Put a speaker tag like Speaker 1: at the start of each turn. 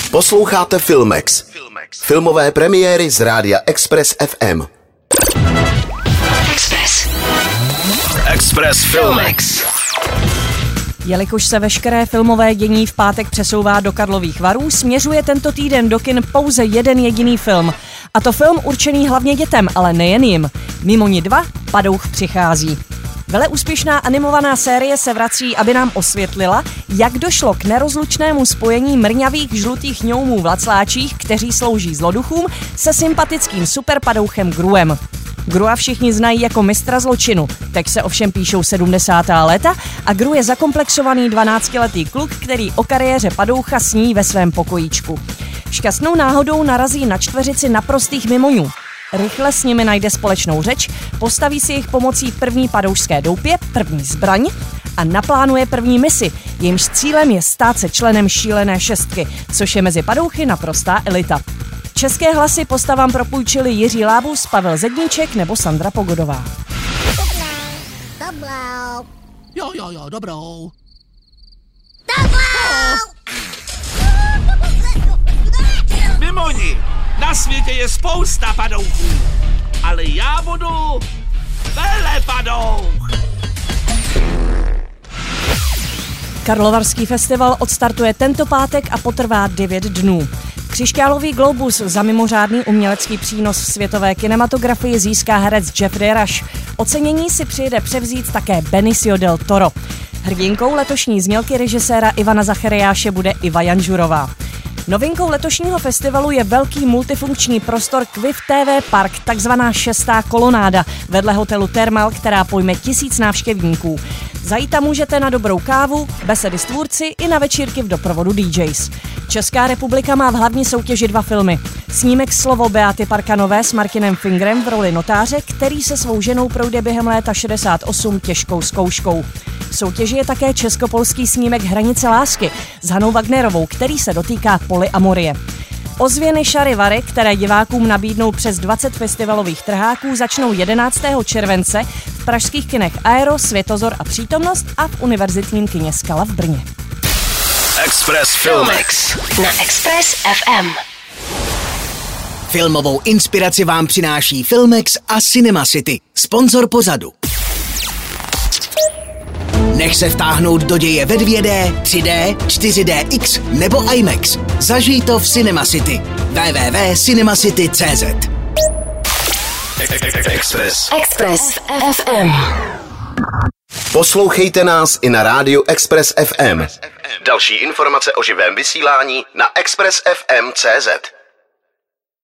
Speaker 1: Posloucháte Filmex. Filmové premiéry z rádia Express FM. Express Filmex.
Speaker 2: Jelikož se veškeré filmové dění v pátek přesouvá do Karlových Varů, směřuje tento týden do kin pouze jeden jediný film. A to film určený hlavně dětem, ale nejen jim. Mimoni 2 Padouch přichází. Veleúspěšná animovaná série se vrací, aby nám osvětlila, jak došlo k nerozlučnému spojení mrňavých žlutých ňoumů Vlacláčích, kteří slouží zloduchům, se sympatickým superpadouchem Gruem. Grua všichni znají jako mistra zločinu, teď se ovšem píšou 70. léta a Gru je zakomplexovaný 12letý kluk, který o kariéře padoucha sní ve svém pokojíčku. Šťastnou náhodou narazí na čtveřici naprostých mimoňů. Rychle s nimi najde společnou řeč, postaví si jejich pomocí první padoušské doupě, první zbraň a naplánuje první misi, jejímž cílem je stát se členem šílené šestky, což je mezi padouchy naprostá elita. České hlasy postavám propůjčili Jiří Lábus, Pavel Zedníček nebo Sandra Pogodová.
Speaker 3: Jo, dobrou. Mimoni, na světě je spousta padouchů, ale já budu velepadouch.
Speaker 2: Karlovarský festival odstartuje tento pátek a potrvá 9 dnů. Křišťálový globus za mimořádný umělecký přínos v světové kinematografii získá herec Jeffrey Rush. Ocenění si přijede převzít také Benicio del Toro. Hrdinkou letošní znělky režiséra Ivana Zachariáše bude Iva Janžurová. Novinkou letošního festivalu je velký multifunkční prostor Quiff TV Park, takzvaná 6. kolonáda, vedle hotelu Thermal, která pojme 1000 návštěvníků. Zajít tam můžete na dobrou kávu, besedy s tvůrci i na večírky v doprovodu DJs. Česká republika má v hlavní soutěži 2 filmy. Snímek Slovo Beaty Parkanové s Martinem Fingerem v roli notáře, který se svou ženou projde během léta 68 těžkou zkouškou. V soutěži je také českopolský snímek Hranice lásky s Hanou Wagnerovou, který se dotýká polyamorie. Ozvěny Šarivary, které divákům nabídnou přes 20 festivalových trháků, začnou 11. července v pražských kinech Aero, Světozor a Přítomnost a v univerzitním kině Skala v Brně.
Speaker 1: Express Filmex
Speaker 4: na Express FM.
Speaker 5: Filmovou inspiraci vám přináší Filmex a Cinema City, sponzor pořadu. Nech se vtáhnout do děje ve 2D, 3D, 4DX nebo IMAX. Zažij to v Cinema City. www.cinemacity.cz.
Speaker 4: Express FM.
Speaker 1: Poslouchejte nás i na rádiu Express FM. Další informace o živém vysílání na expressfm.cz.